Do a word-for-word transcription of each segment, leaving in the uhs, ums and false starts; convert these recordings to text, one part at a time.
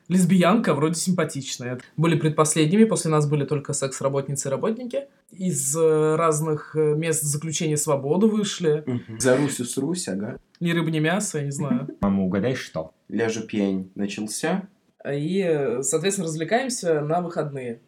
лесбиянка, вроде симпатичная. Были предпоследними, после нас были только секс-работницы и работники. Из э, разных э, мест заключения свободы вышли. Мгм. За Русю с Русь, ага. Ни рыба, ни мясо, я не знаю. Мама, угадай, что? Ляжу пень начался. И, э, соответственно, развлекаемся на выходные.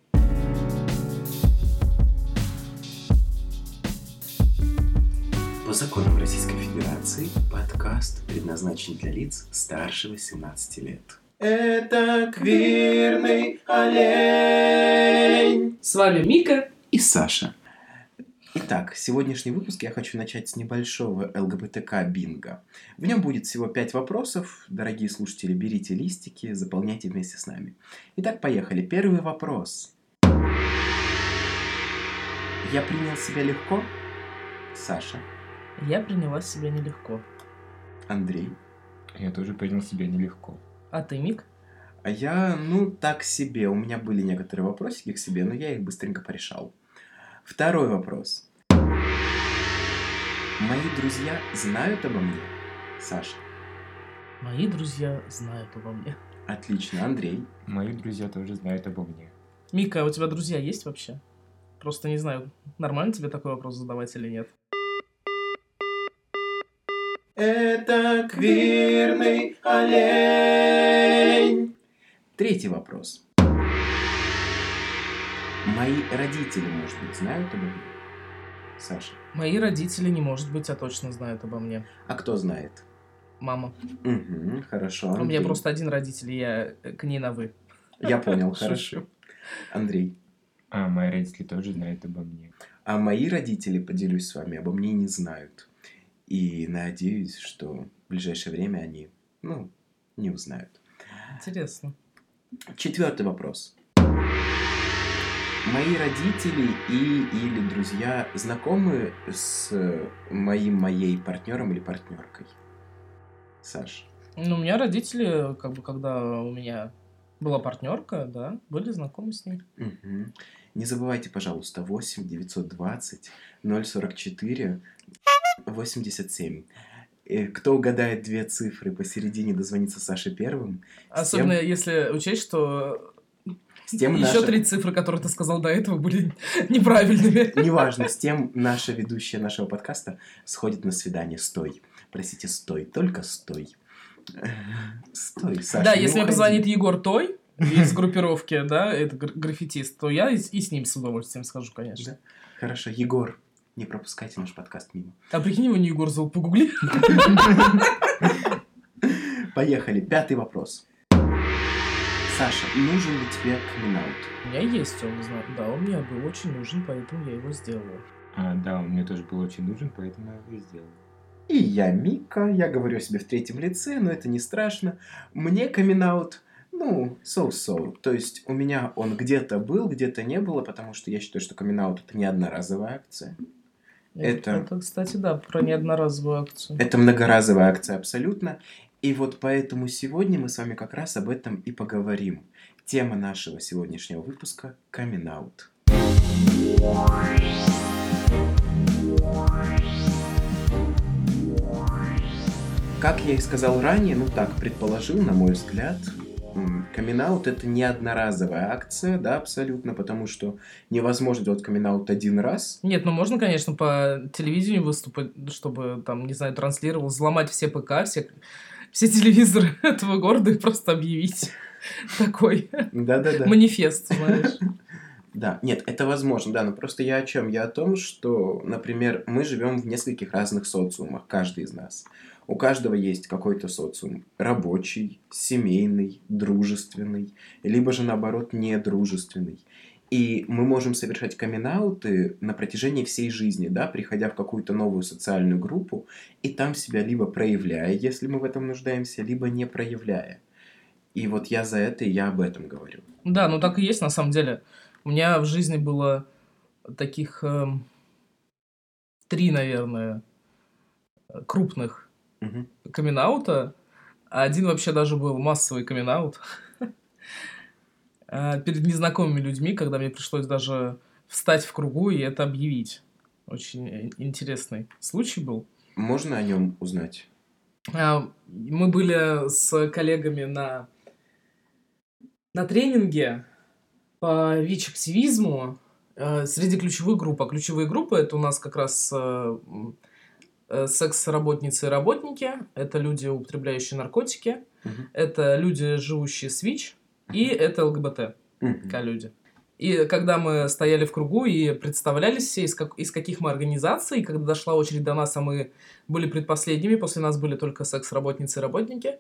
По законам Российской Федерации подкаст предназначен для лиц старше восемнадцати лет. Это квирный олень. С вами Мика И Саша. Итак, сегодняшний выпуск я хочу начать с небольшого ЛГБТК-бинго. В нем будет всего пять вопросов. Дорогие слушатели, берите листики, заполняйте вместе с нами. Итак, поехали. Первый вопрос. Я принял себя легко? Саша. Я приняла себя нелегко. Андрей. Я тоже принял себя нелегко. А ты, Мик? А я, ну, так себе. У меня были некоторые вопросики к себе, но я их быстренько порешал. Второй вопрос. Мои друзья знают обо мне? Саша. Мои друзья знают обо мне. Отлично. Андрей. Мои друзья тоже знают обо мне. Мика, а у тебя друзья есть вообще? Просто не знаю, нормально тебе такой вопрос задавать или нет. Это квирный олень. Третий вопрос. Мои родители, может быть, знают обо мне? Саша. Мои родители, не может быть, а точно знают обо мне. А кто знает? Мама. Угу, хорошо. У меня Андрей. просто один родитель, и я к ней на «вы». Я понял, хорошо. Шучу. Андрей. А мои родители тоже знают обо мне. А мои родители, поделюсь с вами, обо мне не знают. И надеюсь, что в ближайшее время они, ну, не узнают. Интересно. Четвертый вопрос. Мои родители и или друзья знакомы с моим, моей партнером или партнеркой? Саш. Ну, у меня родители, как бы, когда у меня была партнерка, да, были знакомы с ней. Угу. Не забывайте, пожалуйста, восемь девятьсот двадцать ноль сорок четыре восемьдесят семь. Э, Кто угадает две цифры посередине, дозвонится Саше первым. С Особенно тем, если учесть, что с тем еще наша... три цифры, которые ты сказал до этого, были неправильными. Неважно, с тем наша ведущая нашего подкаста сходит на свидание. Стой. Простите, стой. Только стой. Стой, Саша, Да, не если мне уходи. позвонит Егор Той из группировки, да, это гр- граффитист, то я и, с- и с ним с удовольствием схожу, конечно. Да? Хорошо, Егор, не пропускайте наш подкаст мимо. А прикинь, его не Егор зовут, погугли. Поехали. Пятый вопрос. Саша, нужен ли тебе камин-аут? У меня есть он, знаю. Да, он мне был очень нужен, поэтому я его сделала. А, да, он мне тоже был очень нужен, поэтому я его сделал. И я Мика, я говорю о себе в третьем лице, но это не страшно. Мне камин-аут, ну, so-so. То есть у меня он где-то был, где-то не было, потому что я считаю, что камин-аут это не одноразовая акция. Это- Это, кстати, да, про неодноразовую акцию. Это многоразовая акция абсолютно. И вот поэтому сегодня мы с вами как раз об этом и поговорим. Тема нашего сегодняшнего выпуска – камин-аут. Как я и сказал ранее, ну так предположил, на мой взгляд, м, камин-аут это не одноразовая акция, да, абсолютно, потому что невозможно делать камин-аут один раз. Нет, ну можно, конечно, по телевидению выступать, чтобы, там, не знаю, транслировал, взломать все ПК, все, все телевизоры этого города и просто объявить такой Да-да-да. манифест, знаешь. Да, нет, это возможно, да, но просто я о чем? Я о том, что, например, мы живем в нескольких разных социумах, каждый из нас. У каждого есть какой-то социум рабочий, семейный, дружественный, либо же, наоборот, недружественный. И мы можем совершать камин-ауты на протяжении всей жизни, да, приходя в какую-то новую социальную группу, и там себя либо проявляя, если мы в этом нуждаемся, либо не проявляя. И вот я за это, и я об этом говорю. Да, ну так и есть на самом деле. У меня в жизни было таких эм, три, наверное, крупных Мгм. камин-аута, а один вообще даже был массовый камин-аут а, перед незнакомыми людьми, когда мне пришлось даже встать в кругу и это объявить. Очень э, интересный случай был. Можно о нем узнать? А, Мы были с коллегами на На тренинге по ВИЧ-активизму э, среди ключевых групп, а ключевые группы это у нас как раз э, м, э, секс-работницы и работники, это люди, употребляющие наркотики, Мгм. это люди, живущие с ВИЧ, и это ЛГБТ Мгм. люди. И когда мы стояли в кругу и представлялись все, из, как- из каких мы организаций, и когда дошла очередь до нас, а мы были предпоследними, после нас были только секс-работницы и работники,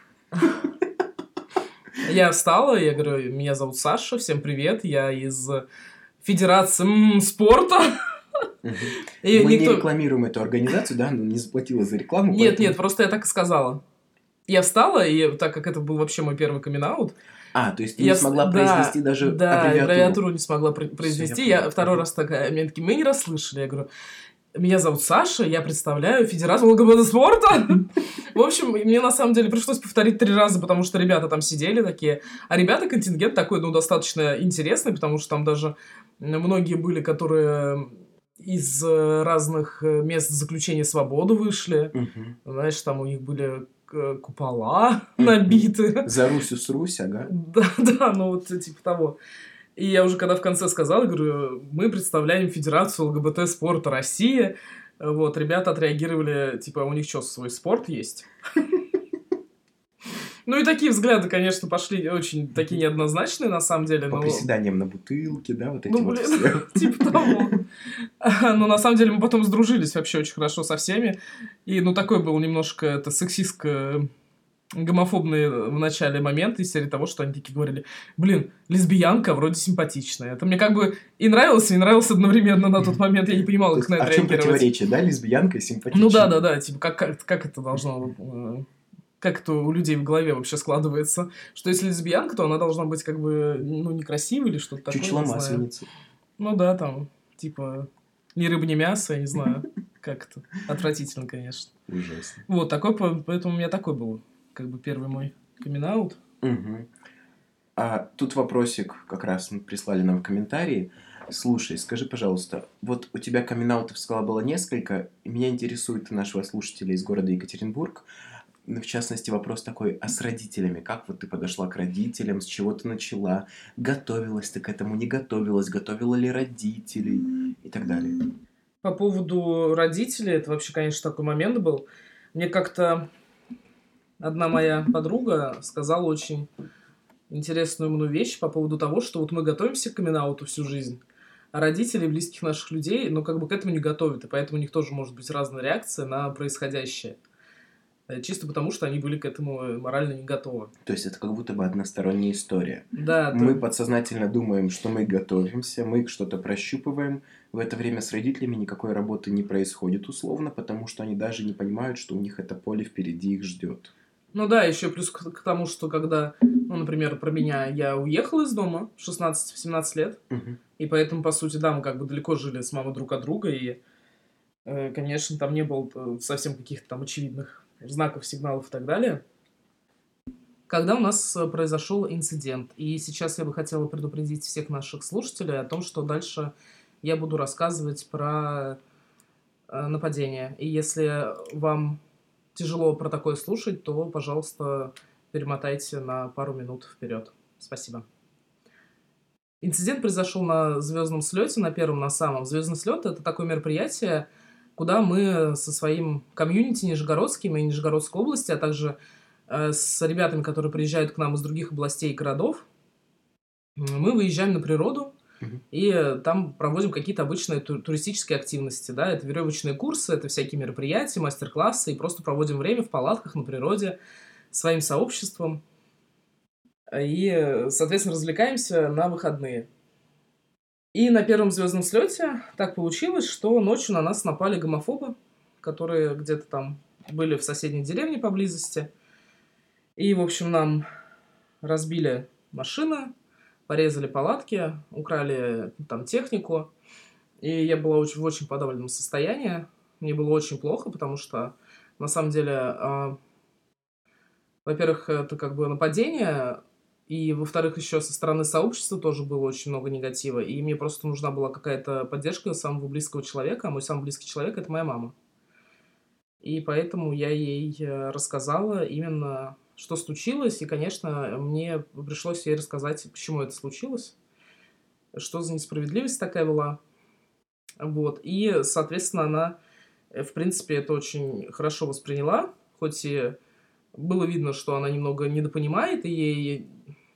я встала, я говорю, меня зовут Саша, всем привет, я из Федерации м, спорта. Мгм. И Мы не никто... рекламируем эту организацию, да, она не заплатила за рекламу. Нет, поэтому- нет, просто я так и сказала. Я встала, и так как это был вообще мой первый камин-аут, А, то есть ты я не вс- смогла да, произнести даже да, аббревиатуру. аббревиатуру не смогла про- Всё, произнести. я Я понял. второй Мгм. раз такая, меня такие, мы не расслышали. Я говорю, меня зовут Саша, я представляю Федерацию ЛГБТ спорта. В общем, мне на самом деле пришлось повторить три раза, потому что ребята там сидели такие. А ребята, контингент такой, ну, достаточно интересный, потому что там даже м, многие были, которые из э, разных э, мест заключения свободы вышли. Мгм. Знаешь, там у них были э, купола Мгм. набиты. За Русю Русь, ага. Да, да, ну вот типа того. И я уже когда в конце сказал, говорю, мы представляем Федерацию ЛГБТ спорта России. Вот, ребята отреагировали, типа, «А у них что, свой спорт есть?» Ну и такие взгляды, конечно, пошли очень такие неоднозначные, на самом деле. По но- приседаниям на бутылке, да, вот эти Ну, вот блин, все. типа того. Но на самом деле мы потом сдружились вообще очень хорошо со всеми. И, ну, такой был немножко это сексистско гомофобные в начале моменты из серии того, что они такие говорили, блин, лесбиянка вроде симпатичная. Это мне как бы и нравилось, и не нравилось одновременно на тот момент. Я не понимала, То как есть, на а это в чем реагировать. противоречие, да, лесбиянка и симпатичная? Ну да, да, да, типа как, как, как это должно... э, Как это у людей в голове вообще складывается? Что если лесбиянка, то она должна быть как бы, ну, некрасивой или что-то такое, Чучело не знаю. масленицы. Ну да, там, типа, ни рыба, ни мясо, я не знаю. Как это? Отвратительно, конечно. Ужасно. Вот, такой, по- поэтому у меня такой был, как бы, первый мой камин-аут. Мгм. А тут вопросик как раз мы прислали нам в комментарии. Слушай, скажи, пожалуйста, вот у тебя камин-аутов, сказала, было несколько. И меня интересует нашего слушателя из города Екатеринбург. Ну, в частности, вопрос такой, а с родителями? Как вот ты подошла к родителям, с чего ты начала? Готовилась ты к этому, не готовилась? Готовила ли родителей? И так далее. По поводу родителей, это вообще, конечно, такой момент был. Мне как-то одна моя подруга сказала очень интересную умную вещь по поводу того, что вот мы готовимся к камин-ауту всю жизнь, а родители близких наших людей, ну, как бы к этому не готовят, и поэтому у них тоже может быть разная реакция на происходящее. Э, Чисто потому, что они были к этому э, морально не готовы. То есть это как будто бы односторонняя история. Да, то- Мы подсознательно думаем, что мы готовимся, мы что-то прощупываем. В это время с родителями никакой работы не происходит условно, потому что они даже не понимают, что у них это поле впереди их ждет. Ну да, еще плюс к, к тому, что когда, ну, например, про меня, я уехала из дома в шестнадцать-семнадцать лет, Мгм. и поэтому, по сути, да, мы как бы далеко жили с мамой друг от друга, и, э, конечно, там не было э, совсем каких-то там очевидных знаков, сигналов и так далее. Когда у нас э, произошел инцидент, и сейчас я бы хотела предупредить всех наших слушателей о том, что дальше я буду рассказывать про э, нападение. И если вам тяжело про такое слушать, то, пожалуйста, перемотайте на пару минут вперед. Спасибо. Инцидент произошел на звездном слете, на первом, на самом. Звездный слет — это такое мероприятие, куда мы со своим комьюнити нижегородским и Нижегородской области, а также э, с ребятами, которые приезжают к нам из других областей и городов, м, мы выезжаем на природу, Мгм. и э, там проводим какие-то обычные ту- туристические активности, да, это веревочные курсы, это всякие мероприятия, мастер-классы, и просто проводим время в палатках на природе своим сообществом, и, э, соответственно, развлекаемся на выходные. И на первом звездном слете так получилось, что ночью на нас напали гомофобы, которые где-то там были в соседней деревне поблизости. И, в общем, нам разбили машины, порезали палатки, украли там технику. И я была очень, в очень подавленном состоянии. Мне было очень плохо, потому что, на самом деле, а, во-первых, это как бы нападение, и, во-вторых, еще со стороны сообщества тоже было очень много негатива, и мне просто нужна была какая-то поддержка самого близкого человека, а мой самый близкий человек — это моя мама. И поэтому я ей э, рассказала именно что случилось, и, конечно, мне пришлось ей рассказать, почему это случилось, что за несправедливость такая была. Вот. И, соответственно, она, э, в принципе, это очень хорошо восприняла, хоть и было видно, что она немного недопонимает, и ей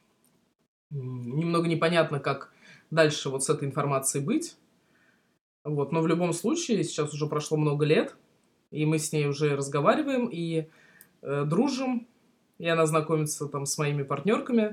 м, немного непонятно, как дальше вот с этой информацией быть. Вот. Но в любом случае, сейчас уже прошло много лет, и мы с ней уже разговариваем и э, дружим, и она знакомится там с моими партнерками,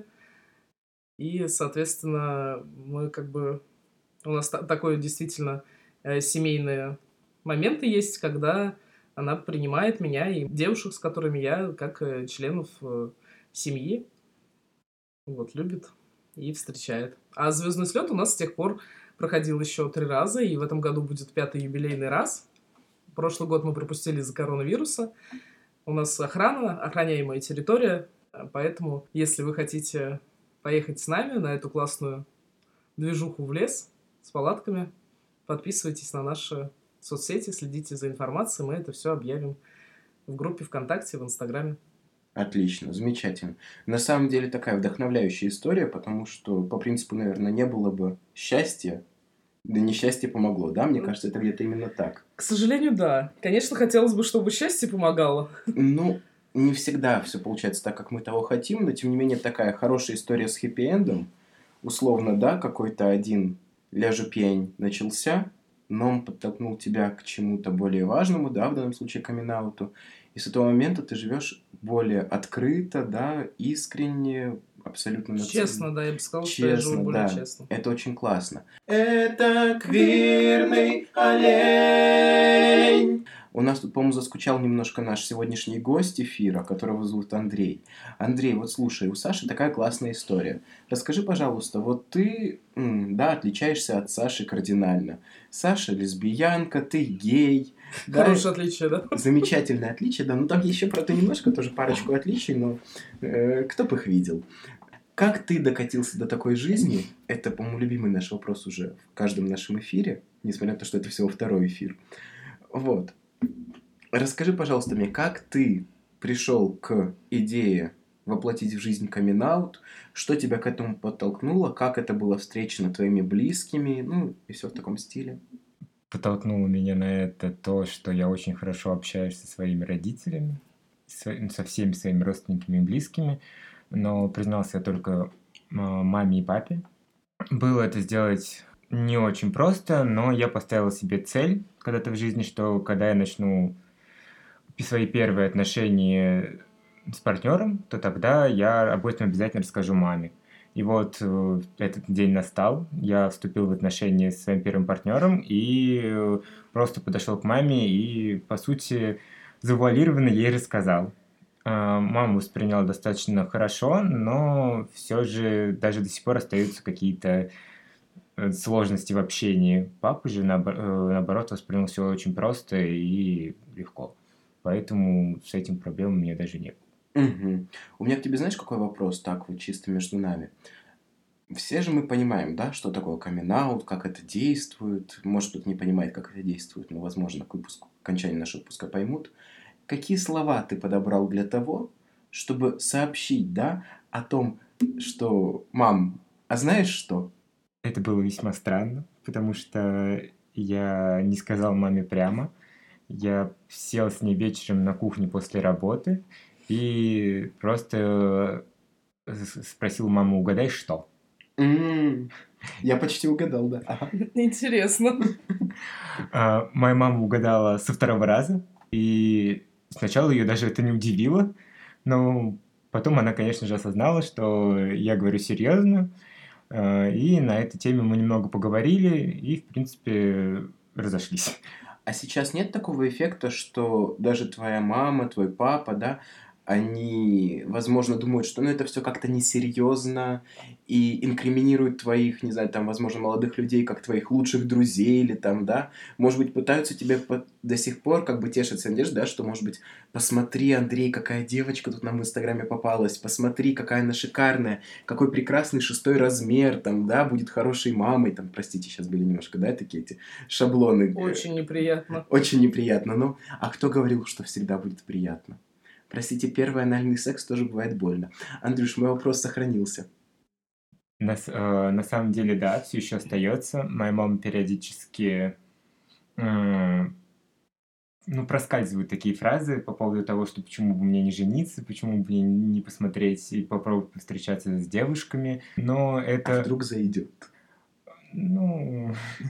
и, соответственно, мы как бы... У нас та- такое действительно э, семейные моменты есть, когда она принимает меня и девушек, с которыми я, как э, членов э, семьи, вот, любит и встречает. А «Звездный слет» у нас с тех пор проходил еще три раза, и в этом году будет пятый юбилейный раз. Прошлый год мы пропустили из-за коронавируса. У нас охрана, охраняемая территория, э, поэтому, если вы хотите поехать с нами на эту классную движуху в лес с палатками, подписывайтесь на наши соцсети, следите за информацией, мы это все объявим в группе ВКонтакте, в Инстаграме. Отлично, замечательно. На самом деле такая вдохновляющая история, потому что по принципу, наверное, не было бы счастья, да несчастье помогло, да? Мне кажется, это где-то именно так. К сожалению, да. Конечно, хотелось бы, чтобы счастье помогало. Ну, не всегда все получается так, как мы того хотим, но тем не менее такая хорошая история с хэппи-эндом. Условно, да, какой-то один ляжу-пень начался, но он подтолкнул тебя к чему-то более важному, да, в данном случае камин-ауту. И с этого момента ты живешь более открыто, да, искренне, абсолютно нацелен- Честно, да, я бы сказал, что я живу честно, более да. честно. Это очень классно. Это квирный олень. У нас тут, по-моему, заскучал немножко наш сегодняшний гость эфира, которого зовут Андрей. Андрей, вот слушай, у Саши такая классная история. Расскажи, пожалуйста, вот ты, м, да, отличаешься от Саши кардинально. Саша лесбиянка, ты гей. Да, Хорошее отличие, да? замечательное отличие, да. Ну, там еще, правда, немножко тоже парочку отличий, но э, кто бы их видел. Как ты докатился до такой жизни? Это, по-моему, любимый наш вопрос уже в каждом нашем эфире, несмотря на то, что это всего второй эфир. Вот. Расскажи, пожалуйста, мне, как ты пришел к идее воплотить в жизнь камин-аут, что тебя к этому подтолкнуло, как это было встречено твоими близкими, ну, и все в таком стиле. Подтолкнуло меня на это то, что я очень хорошо общаюсь со своими родителями, со, со всеми своими родственниками и близкими, но признался я только а, маме и папе. Было это сделать не очень просто, но я поставил себе цель когда-то в жизни, что когда я начну свои первые отношения с партнером, то тогда я об этом обязательно расскажу маме. И вот э, этот день настал, я вступил в отношения с своим первым партнером и э, просто подошел к маме и, по сути, завуалированно ей рассказал. А, Мама восприняла достаточно хорошо, но все же даже до сих пор остаются какие-то э, сложности в общении. Папа же, наобо- э, наоборот, воспринял все очень просто и легко. Поэтому с этим проблем у меня даже нет. Мгм. У меня к тебе, знаешь, какой вопрос, так вот чисто между нами. Все же мы понимаем, да, что такое камин-аут, как это действует. Может, кто-то не понимает, как это действует, но, возможно, к выпуску, к окончанию нашего выпуска поймут. Какие слова ты подобрал для того, чтобы сообщить, да, о том, что, мам, а знаешь что? Это было весьма странно, потому что я не сказал маме прямо. Я сел с ней вечером на кухне после работы и просто э, с- спросил маму, угадай, что? М, Я почти угадал, да. Ага. Интересно. А, Моя мама угадала со второго раза, и сначала ее даже это не удивило, но потом она, конечно же, осознала, что я говорю серьезно, а, и на этой теме мы немного поговорили и, в принципе, разошлись. А сейчас нет такого эффекта, что даже твоя мама, твой папа, да, они, возможно, думают, что ну это все как-то несерьезно и инкриминируют твоих, не знаю, там, возможно, молодых людей как твоих лучших друзей или там, да, может быть, пытаются тебе по- до сих пор как бы тешиться надежда, да, что, может быть, посмотри, Андрей, какая девочка тут нам в Инстаграме попалась, посмотри, какая она шикарная, какой прекрасный шестой размер, там, да, будет хорошей мамой, там, простите, сейчас были немножко, да, такие эти шаблоны. э, Очень неприятно. Очень неприятно, но... А кто говорил, что всегда будет приятно? Простите, первый анальный секс тоже бывает больно. Андрюш, мой вопрос сохранился. На, с- э, на самом деле, да, все еще остается. Моя мама периодически м, ну, проскальзывают такие фразы по поводу того, что почему бы мне не жениться, почему бы мне не посмотреть и попробовать повстречаться с девушками. Но А это, вдруг зайдет? ну,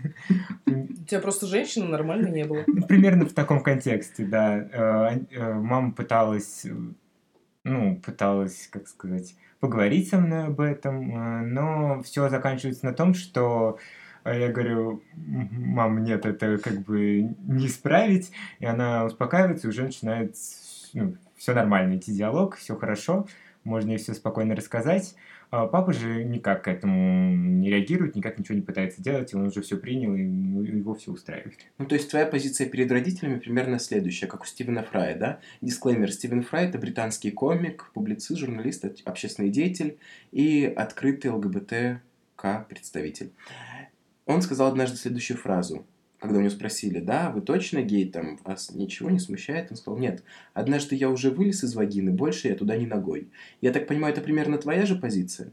У тебя просто женщины нормально не было. ну, примерно в таком контексте, да. Э, э, Мама пыталась, э, ну, пыталась, как сказать, поговорить со мной об этом, э, но все заканчивается на том, что э, я говорю: «М, мам, нет, это как бы не исправить», и она успокаивается и уже начинает, ну, все нормально, идти диалог, все хорошо, можно ей все спокойно рассказать. А папа же никак к этому не реагирует, никак ничего не пытается делать, и он уже все принял, и ну, его все устраивает. Ну, то есть твоя позиция перед родителями примерно следующая, как у Стивена Фрая, да? Дисклеймер: Стивен Фрай — это британский комик, публицист, журналист, от- общественный деятель и открытый ЛГБТК-представитель. Он сказал однажды следующую фразу, когда у него спросили: да, вы точно гей, там, вас ничего не смущает? Он сказал: нет, однажды я уже вылез из вагины, больше я туда не ногой. Я так понимаю, это примерно твоя же позиция?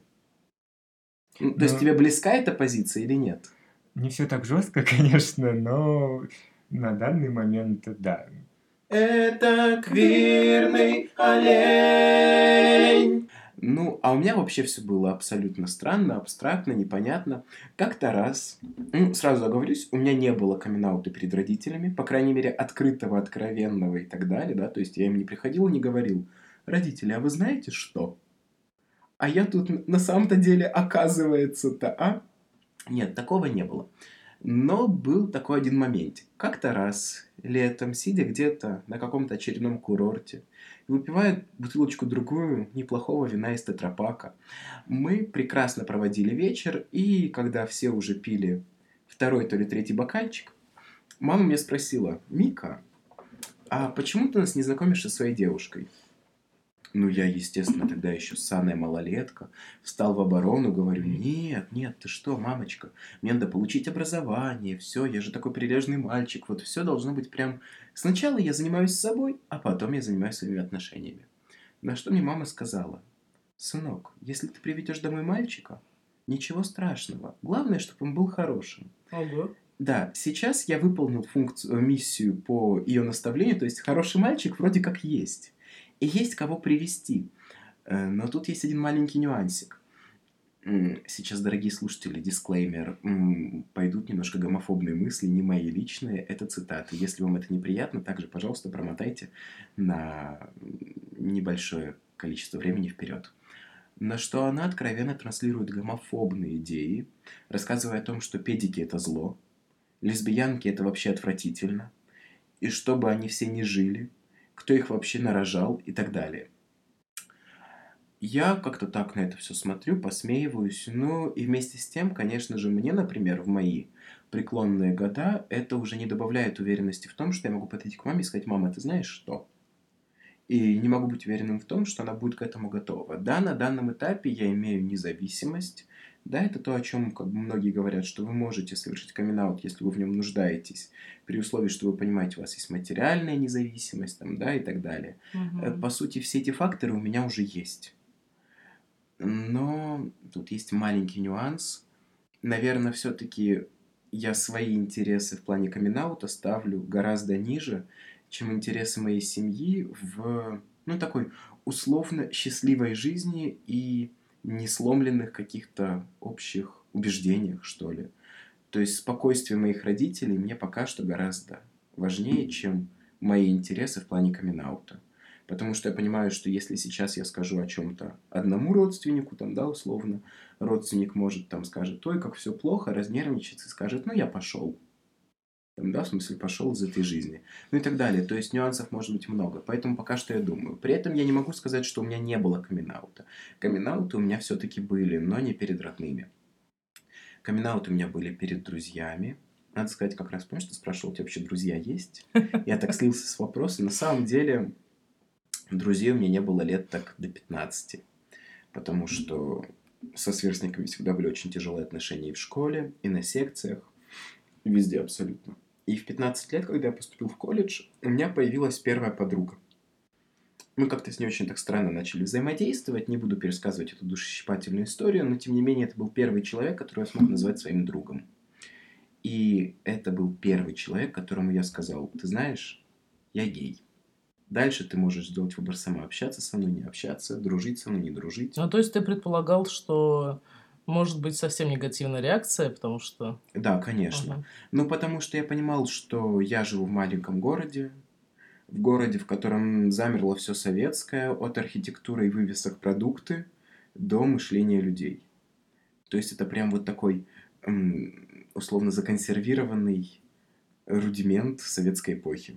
Ну, то есть Ну, тебе близка эта позиция или нет? не все так жестко, конечно, но на данный момент, да. Это квирный олень. Ну, а у меня вообще все было абсолютно странно, абстрактно, непонятно. Как-то раз, ну, сразу оговорюсь, у меня не было камин-аута перед родителями, по крайней мере, открытого, откровенного и так далее, да, то есть я им не приходил и не говорил: родители, а вы знаете что? А я тут н- на самом-то деле оказывается-то, а? Нет, такого не было. Но был такой один моментик. Как-то раз летом, сидя где-то на каком-то очередном курорте, выпивая бутылочку-другую неплохого вина из тетрапака, мы прекрасно проводили вечер, и когда все уже пили второй, то ли третий бокальчик, мама меня спросила: «Мика, а почему ты нас не знакомишь со своей девушкой?» Ну, я, естественно, тогда еще ссаная малолетка, встал в оборону, говорю: нет, нет, ты что, мамочка, мне надо получить образование, все, я же такой прилежный мальчик, вот все должно быть прям... Сначала я занимаюсь собой, а потом я занимаюсь своими отношениями. На что мне мама сказала: сынок, если ты приведешь домой мальчика, ничего страшного, главное, чтобы он был хорошим. Ого. Да, сейчас я выполнил функцию, миссию по ее наставлению, то есть хороший мальчик вроде как есть. И есть кого привести. Э, Но тут есть один маленький нюансик. М, Сейчас, дорогие слушатели, дисклеймер. м, Пойдут немножко гомофобные мысли, не мои личные, это цитаты. Если вам это неприятно, также, пожалуйста, промотайте на м, небольшое количество времени вперед. На что она откровенно транслирует гомофобные идеи, рассказывая о том, что педики — это зло, лесбиянки — это вообще отвратительно, и чтобы они все не жили, кто их вообще нарожал и так далее. Я как-то так на это все смотрю, посмеиваюсь, ну и вместе с тем, конечно же, мне, например, в мои преклонные года это уже не добавляет уверенности в том, что я могу подойти к маме и сказать: мама, ты знаешь что? И не могу быть уверенным в том, что она будет к этому готова. Да, на данном этапе я имею независимость. Да, это то, о чем как бы многие говорят, что вы можете совершить камин-аут, если вы в нем нуждаетесь, при условии, что вы понимаете, у вас есть материальная независимость, там, да, и так далее. Э, Мгм. По сути, все эти факторы у меня уже есть. Но тут есть маленький нюанс. Наверное, все-таки я свои интересы в плане камин-аута ставлю гораздо ниже, чем интересы моей семьи в, ну, такой условно счастливой жизни и несломленных каких-то общих убеждениях, что ли. То есть спокойствие моих родителей мне пока что гораздо важнее, чем мои интересы в плане камин-аута. Потому что я понимаю, что если сейчас я скажу о чем-то одному родственнику, там, да, условно, родственник может там скажет: ой, как все плохо, разнервничается и скажет: ну, я пошел. Там, да, в смысле, пошел из этой жизни. Ну и так далее. То есть нюансов может быть много. Поэтому пока что я думаю. При этом я не могу сказать, что у меня не было камин-аута. Камин-ауты у меня все-таки были, но не перед родными. Камин-ауты у меня были перед друзьями. Надо сказать, как раз, помнишь, ты спрашивал, у тебя вообще друзья есть? Я так слился с вопросом. На самом деле, друзей у меня не было лет так до пятнадцати. Потому что со сверстниками всегда были очень тяжелые отношения и в школе, и на секциях, и везде абсолютно. И в пятнадцать лет, когда я поступил в колледж, у меня появилась первая подруга. Мы как-то с ней очень так странно начали взаимодействовать. Не буду пересказывать эту душещипательную историю, но тем не менее это был первый человек, которого я смог назвать своим другом. И это был первый человек, которому я сказал: ты знаешь, я гей. Дальше ты можешь сделать выбор сама, общаться со мной, не общаться, дружить со мной, не дружить. Ну, то есть ты предполагал, что может быть совсем негативная реакция, потому что... Да, конечно. Ага. Ну, потому что я понимал, что я живу в маленьком городе, в городе, в котором замерло все советское, от архитектуры и вывесок продукты до мышления людей. То есть это прям вот такой м, условно законсервированный рудимент советской эпохи.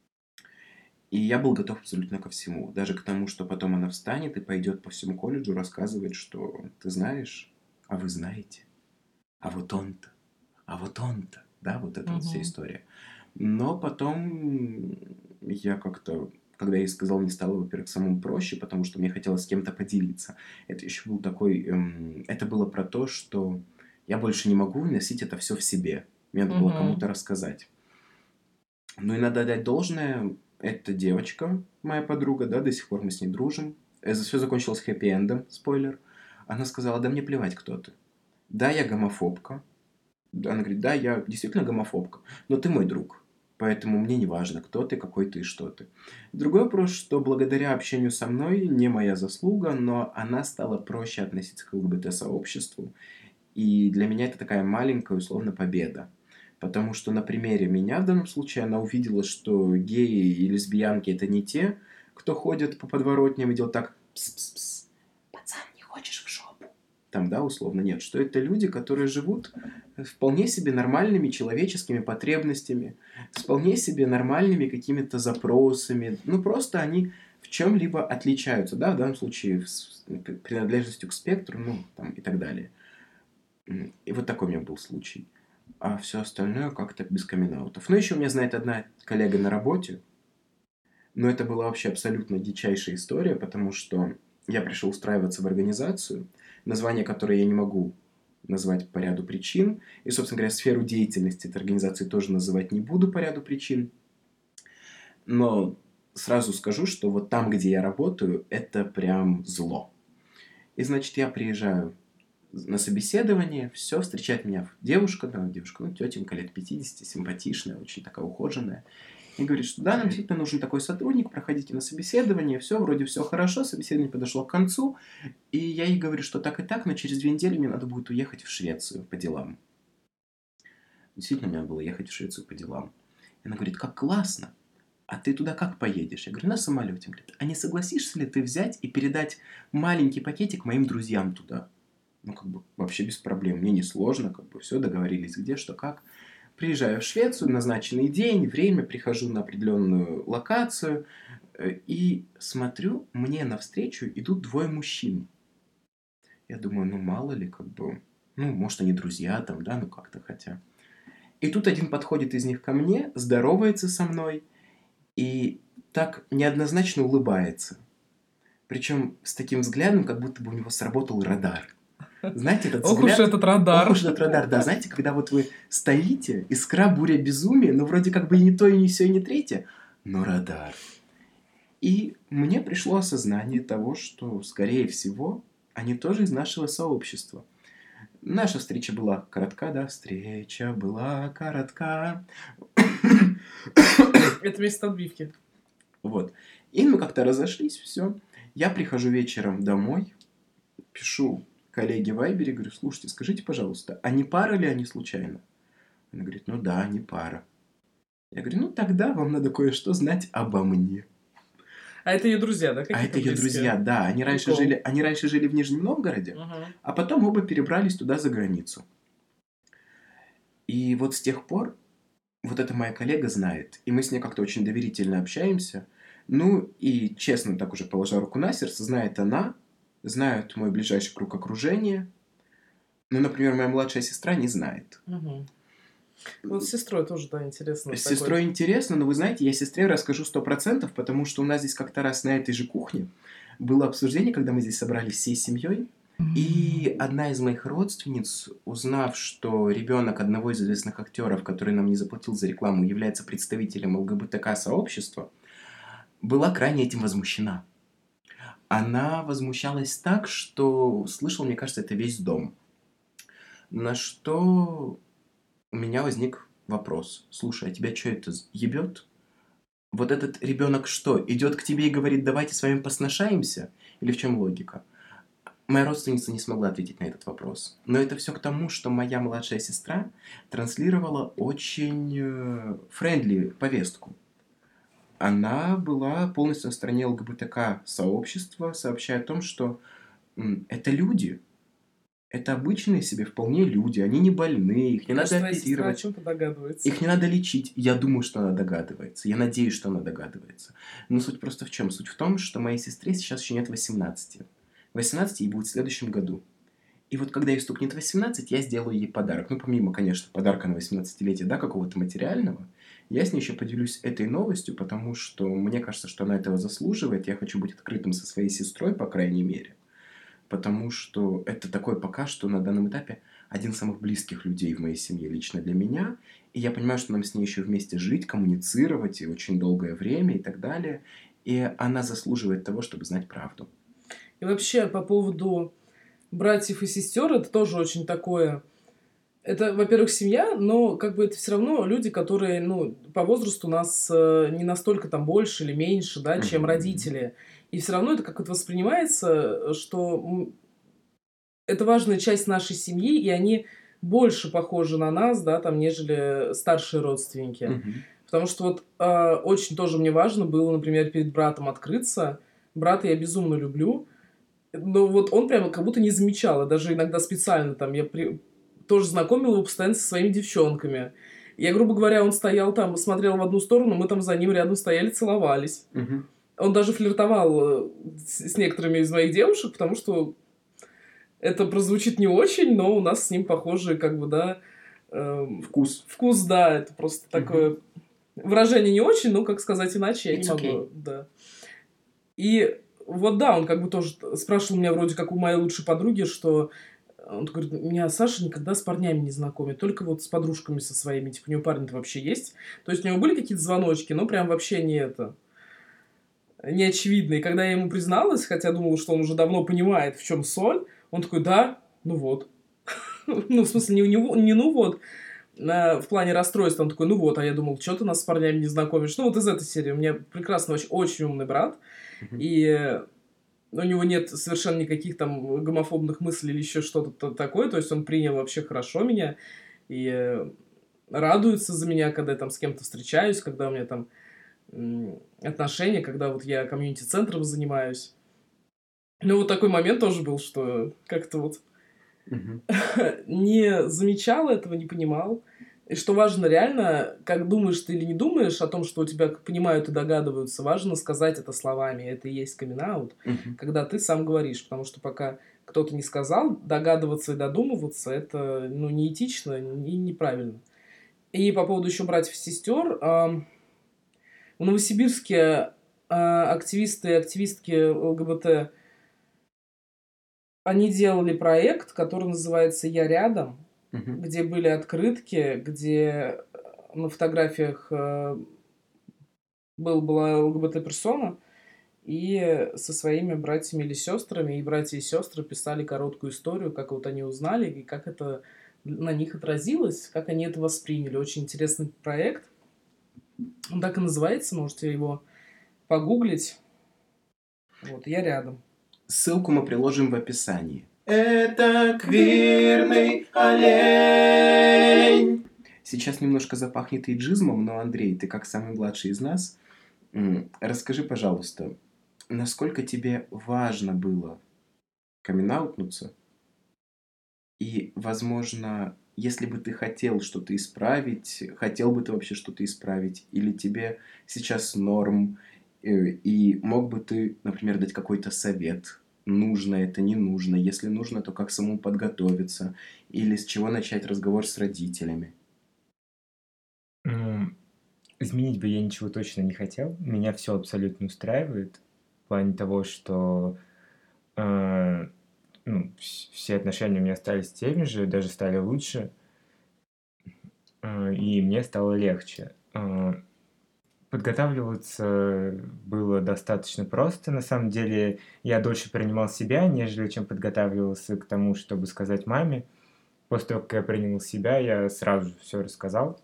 И я был готов абсолютно ко всему. Даже к тому, что потом она встанет и пойдет по всему колледжу рассказывать, что ты знаешь, а вы знаете, а вот он-то, а вот он-то. Да, вот эта вот вся Мгм. история. Но потом я как-то, когда я ей сказал, мне стало, во-первых, самому проще, потому что мне хотелось с кем-то поделиться. Это еще был такой... эм, это было про то, что я больше не могу носить это все в себе. Мне надо было Мгм. кому-то рассказать. Ну и надо дать должное, эта девочка, моя подруга, да, до сих пор мы с ней дружим. Это все закончилось хэппи-эндом, спойлер. Она сказала: да мне плевать, кто ты. Да, я гомофобка. Да, она говорит: да, я действительно гомофобка, но ты мой друг. Поэтому мне не важно, кто ты, какой ты и что ты. Другой вопрос, что благодаря общению со мной, не моя заслуга, но она стала проще относиться к ЛГБТ-сообществу. И для меня это такая маленькая, условно, победа. Потому что на примере меня в данном случае она увидела, что геи и лесбиянки это не те, кто ходят по подворотням и делают так: пс-пс-пс, пацан, не хочешь в жопу? Там, да, условно, нет. Что это люди, которые живут вполне себе нормальными человеческими потребностями, с вполне себе нормальными какими-то запросами. Ну, просто они в чем-либо отличаются, да, в данном случае с принадлежностью к спектру, ну, там, и так далее. М, И вот такой у меня был случай. А все остальное как-то без камин-аутов. Ну, еще у меня знает одна коллега на работе, но это была вообще абсолютно дичайшая история, потому что я пришел устраиваться в организацию, название которой я не могу назвать по ряду причин. И, собственно говоря, сферу деятельности этой организации тоже называть не буду по ряду причин. Но сразу скажу, что вот там, где я работаю, это прям зло. И, значит, я приезжаю на собеседование, все, встречает меня девушка, да, девушка, ну, тетенька лет пятидесяти, симпатичная, очень такая ухоженная. И говорит, что да, нам действительно нужен такой сотрудник, проходите на собеседование, все, вроде все хорошо, собеседование подошло к концу, и я ей говорю, что так и так, но через две недели мне надо будет уехать в Швецию по делам. Действительно, мне надо было ехать в Швецию по делам. И она говорит: как классно, а ты туда как поедешь? Я говорю: на самолете. Говорит: а не согласишься ли ты взять и передать маленький пакетик моим друзьям туда? Ну, как бы, вообще без проблем, мне не сложно, как бы, все, договорились, где, что, как. Приезжаю в Швецию, назначенный день, время, прихожу на определенную локацию э, и смотрю, мне навстречу идут двое мужчин. Я думаю, ну, мало ли, как бы, ну, может, они друзья там, да, ну, как-то хотя. И тут один подходит из них ко мне, здоровается со мной и так неоднозначно улыбается. Причем с таким взглядом, как будто бы у него сработал радар. Знаете, этот Ох взгляд... уж этот радар. Ох уж этот радар, да. Знаете, когда вот вы стоите, искра, буря, безумие, но вроде как бы и не то, и не все, и не третье, но радар. И мне пришло осознание того, что, скорее всего, они тоже из нашего сообщества. Наша встреча была коротка, да, встреча была коротка. Это место отбивки. Вот. И мы как-то разошлись, все. Я прихожу вечером домой, пишу коллеге в Вайбере, говорю: слушайте, скажите, пожалуйста, а не пара ли они случайно? Она говорит: ну да, не пара. Я говорю: ну тогда вам надо кое-что знать обо мне. А это ее друзья, да, А какие-то это ее близкие? друзья, да. Они раньше, Прикол. жили, они раньше жили в Нижнем Новгороде, Ага. а потом оба перебрались туда за границу. И вот с тех пор вот эта моя коллега знает, и мы с ней как-то очень доверительно общаемся. Ну и, честно, так уже положа руку на сердце, знает она, знает мой ближайший круг окружения. Ну, например, моя младшая сестра не знает. Угу. Вот с сестрой тоже, да, интересно. С такой. сестрой интересно, но вы знаете, я сестре расскажу сто процентов, потому что у нас здесь как-то раз на этой же кухне было обсуждение, когда мы здесь собрались всей семьей. И одна из моих родственниц, узнав, что ребенок одного из известных актеров, который нам не заплатил за рекламу, является представителем ЛГБТК-сообщества, была крайне этим возмущена. Она возмущалась так, что слышал, мне кажется, это весь дом. На что у меня возник вопрос. Слушай, а тебя что это ебет? Вот этот ребенок что, идет к тебе и говорит, давайте с вами посношаемся? Или в чем логика? Моя родственница не смогла ответить на этот вопрос. Но это все к тому, что моя младшая сестра транслировала очень френдли повестку. Она была полностью на стороне ЛГБТК-сообщества, сообщая о том, что м, это люди. Это обычные себе вполне люди. Они не больные, их не Даже надо твоя сестра о оперировать. чем-то догадывается. Их не надо лечить. Я думаю, что она догадывается. Я надеюсь, что она догадывается. Но суть просто в чем? Суть в том, что моей сестре сейчас еще нет восемнадцати. восемнадцать ей будет в следующем году. И вот когда ей стукнет восемнадцать, я сделаю ей подарок. Ну, помимо, конечно, подарка на восемнадцатилетие, да, какого-то материального, я с ней еще поделюсь этой новостью, потому что мне кажется, что она этого заслуживает. Я хочу быть открытым со своей сестрой, по крайней мере. Потому что это такой пока что на данном этапе один из самых близких людей в моей семье лично для меня. И я понимаю, что нам с ней еще вместе жить, коммуницировать и очень долгое время и так далее. И она заслуживает того, чтобы знать правду. И вообще по поводу братьев и сестер, это тоже очень такое... Это, во-первых, семья, но как бы это все равно люди, которые, ну, по возрасту у нас э, не настолько там больше или меньше, да, чем Мгм. родители. И все равно это как-то воспринимается, что м, это важная часть нашей семьи, и они больше похожи на нас, да, там, нежели старшие родственники. Мгм. Потому что вот э, очень тоже мне важно было, например, перед братом открыться. Брата я безумно люблю, но вот он прямо как будто не замечал, и даже иногда специально там я при... тоже знакомила его постоянно со своими девчонками. Я, грубо говоря, он стоял там, смотрел в одну сторону, мы там за ним рядом стояли, целовались. Мгм. Он даже флиртовал э, с, с некоторыми из моих девушек, потому что это прозвучит не очень, но у нас с ним похожий, как бы, да, эм, Вкус. вкус, да, это просто Мгм. такое выражение не очень, но, как сказать иначе, я не It's могу, okay. да. И вот да, он как бы тоже спрашивал меня вроде как у моей лучшей подруги, что он говорит, меня Саша никогда с парнями не знакомит, только вот с подружками со своими, типа, у него парень-то вообще есть. То есть у него были какие-то звоночки, но прям вообще не это, не очевидно. И когда я ему призналась, хотя думала, что он уже давно понимает, в чем соль, он такой, да, ну вот. Ну, в смысле, не, не, не ну вот, а, в плане расстройства. Он такой, ну вот, а я думал, что ты нас с парнями не знакомишь? Ну, вот из этой серии. У меня прекрасный, очень, очень умный брат. Мгм. И у него нет совершенно никаких там гомофобных мыслей или еще что-то такое. То есть он принял вообще хорошо меня. И э, радуется за меня, когда я там с кем-то встречаюсь, когда у меня там м, отношения, когда вот я комьюнити-центром занимаюсь. Ну, вот такой момент тоже был, что как-то вот Мгм. не замечал этого, не понимал. И что важно реально, как думаешь ты или не думаешь о том, что у тебя понимают и догадываются, важно сказать это словами. Это и есть камин-аут, Мгм. когда ты сам говоришь. Потому что пока кто-то не сказал, догадываться и додумываться, это ну, неэтично и неправильно. И по поводу еще братьев и сестер. ам, В Новосибирске а, активисты и активистки ЛГБТ, они делали проект, который называется «Я рядом», Мгм. где были открытки, где э, на фотографиях э, был, была ЛГБТ-персона, и со своими братьями или сестрами, и братья и сестры писали короткую историю, как вот они узнали, и как это на них отразилось, как они это восприняли. Очень интересный проект. Он так и называется, можете его погуглить. Вот, я рядом. Ссылку мы приложим в описании. Это квирный олень. Сейчас немножко запахнет иджизмом, но, Андрей, ты как самый младший из нас, м, расскажи, пожалуйста, насколько тебе важно было камин-аутнуться? И, возможно, если бы ты хотел что-то исправить, хотел бы ты вообще что-то исправить, или тебе сейчас норм, э, и мог бы ты, например, дать какой-то совет, нужно это, не нужно, если нужно, то как самому подготовиться, или с чего начать разговор с родителями. Ну, изменить бы я ничего точно не хотел. Меня все абсолютно устраивает в плане того, что э, ну, вс- все отношения у меня остались теми же, даже стали лучше, э, и мне стало легче. Э, подготавливаться было достаточно просто. На самом деле я дольше принимал себя, нежели чем подготавливался к тому, чтобы сказать маме. После того, как я принял себя, я сразу все рассказал.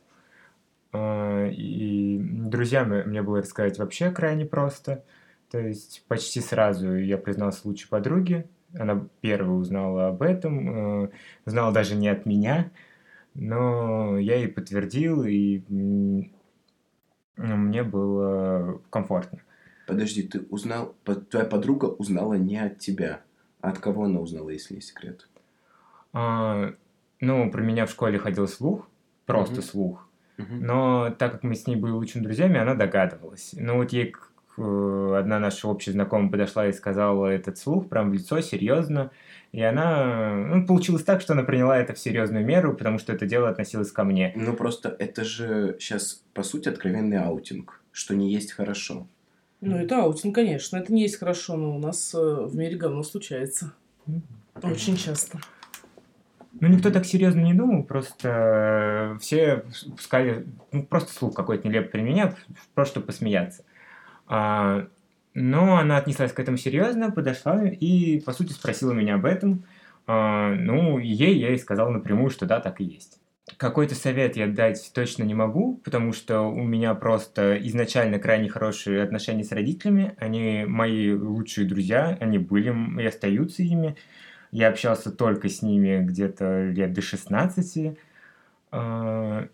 А, И друзьям мне было рассказать вообще крайне просто. То есть почти сразу я признал случай подруги. Она первая узнала об этом, э, узнала даже не от меня, но я ей подтвердил, и м, мне было комфортно. Подожди, ты узнал, по- твоя подруга узнала не от тебя. А от кого она узнала, если не секрет? А, ну, про меня в школе ходил слух, просто Мгм. слух. Мгм. Но так как мы с ней были лучшими друзьями, она догадывалась. Но вот ей к- к- одна наша общая знакомая подошла и сказала этот слух прям в лицо, серьезно. И она... Ну, получилось так, что она приняла это в серьезную меру, потому что это дело относилось ко мне. Ну, просто это же сейчас, по сути, откровенный аутинг, что не есть хорошо. Ну, это аутинг, конечно. Это не есть хорошо, но у нас э, в мире говно случается. Очень часто. Ну, никто Мгм. так серьезно не думал, просто все пускали, ну, просто слух какой-то нелепо применяют, просто чтобы посмеяться. А, но она отнеслась к этому серьезно, подошла и, по сути, спросила меня об этом. А, ну, ей я и сказал напрямую, что да, так и есть. Какой-то совет я дать точно не могу, потому что у меня просто изначально крайне хорошие отношения с родителями. Они мои лучшие друзья, они были м- и остаются ими. Я общался только с ними где-то лет до шестнадцати, а,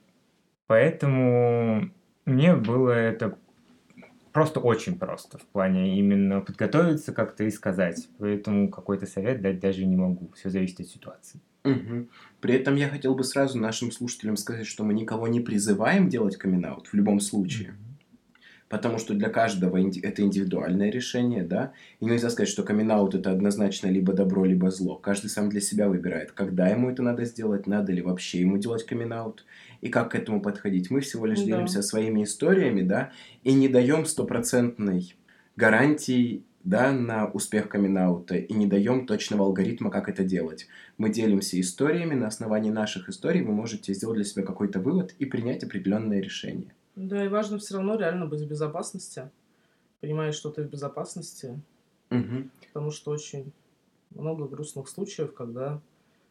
поэтому мне было это просто очень просто в плане именно подготовиться как-то и сказать. Поэтому какой-то совет дать даже не могу. Все зависит от ситуации. Мгм. При этом я хотел бы сразу нашим слушателям сказать, что мы никого не призываем делать камин-аут в любом случае. Потому что для каждого инди- это индивидуальное решение, да, и нельзя сказать, что камин-аут это однозначно либо добро, либо зло. Каждый сам для себя выбирает, когда ему это надо сделать, надо ли вообще ему делать камин-аут, и как к этому подходить. Мы всего лишь Да. делимся своими историями, да, и не даем стопроцентной гарантии, да, на успех камин-аута, и не даем точного алгоритма, как это делать. Мы делимся историями, на основании наших историй вы можете сделать для себя какой-то вывод и принять определенное решение. Да, и важно все равно реально быть в безопасности. Понимаешь, что ты в безопасности, Мгм. потому что очень много грустных случаев, когда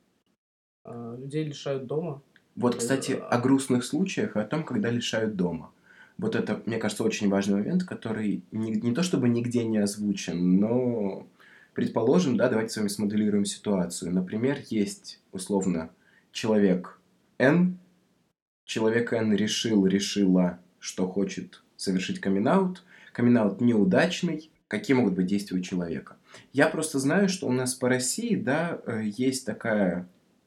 а, людей лишают дома. Вот, Э, кстати, о а, грустных случаях, о том, когда лишают дома. Вот это, мне кажется, очень важный момент, который не, не то чтобы нигде не озвучен, но, предположим, да, давайте с вами смоделируем ситуацию. Например, есть, условно, человек N, человек N решил, решила, что хочет совершить камин-аут, камин-аут неудачный, какие могут быть действия у человека. Я просто знаю, что у нас по России, да, э, есть такая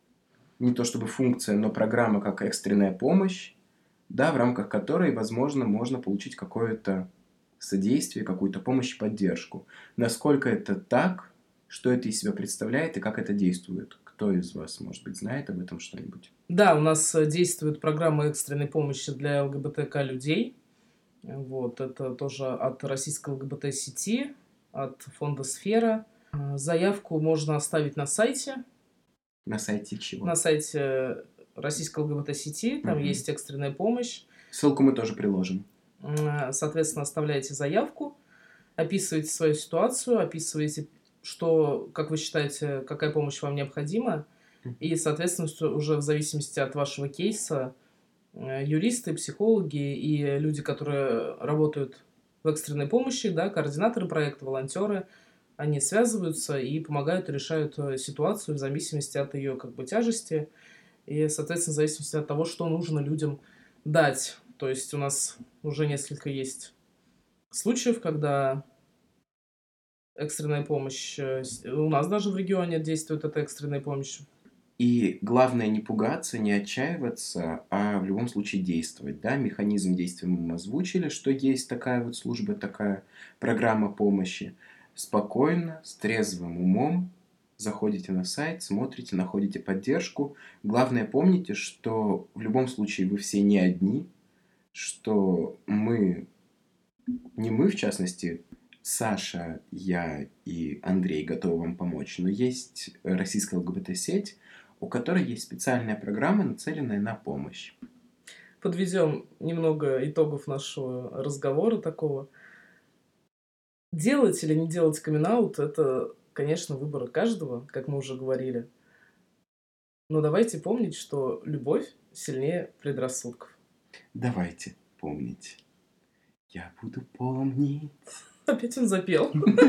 не то чтобы функция, но программа как экстренная помощь, да, в рамках которой, возможно, можно получить какое-то содействие, какую-то помощь и поддержку. Насколько это так, что это из себя представляет и как это действует? Кто из вас, может быть, знает об этом что-нибудь? Да, у нас э, действует программа экстренной помощи для ЛГБТК людей. Э, Вот, это тоже от российской ЛГБТ-сети, от фонда «Сфера». А, Заявку можно оставить на сайте, На сайте чего? на сайте российской ЛГБТ-сети, там Мгм. есть экстренная помощь. Ссылку мы тоже приложим. М, Соответственно, оставляете заявку, описываете свою ситуацию, описываете, что, как вы считаете, какая помощь вам необходима, Мгм. и, соответственно, что уже в зависимости от вашего кейса э, юристы, психологи и люди, которые работают в экстренной помощи, да, координаторы проекта, волонтеры, они связываются и помогают, решают э, ситуацию в зависимости от ее как бы тяжести и, соответственно, в зависимости от того, что нужно людям дать. То есть у нас уже несколько есть случаев, когда экстренная помощь, э, с- у нас даже в регионе действует эта экстренная помощь. И главное не пугаться, не отчаиваться, а в любом случае действовать. Да? Механизм действия мы озвучили, что есть такая вот служба, такая программа помощи. Спокойно, с трезвым умом заходите на сайт, смотрите, находите поддержку. Главное помните, что в любом случае вы все не одни, что мы, не мы в частности, Саша, я и Андрей готовы вам помочь, но есть российская ЛГБТ-сеть, у которой есть специальная программа, нацеленная на помощь. подведем немного итогов нашего разговора такого. Делать или не делать камин-аут — это, конечно, выбор каждого, как мы уже говорили. Но давайте помнить, что любовь сильнее предрассудков. Давайте помнить. Я буду помнить. Опять он запел.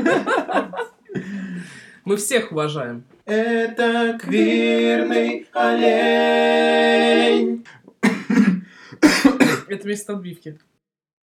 Мы всех уважаем. Это квирный олень. Это вместо отбивки.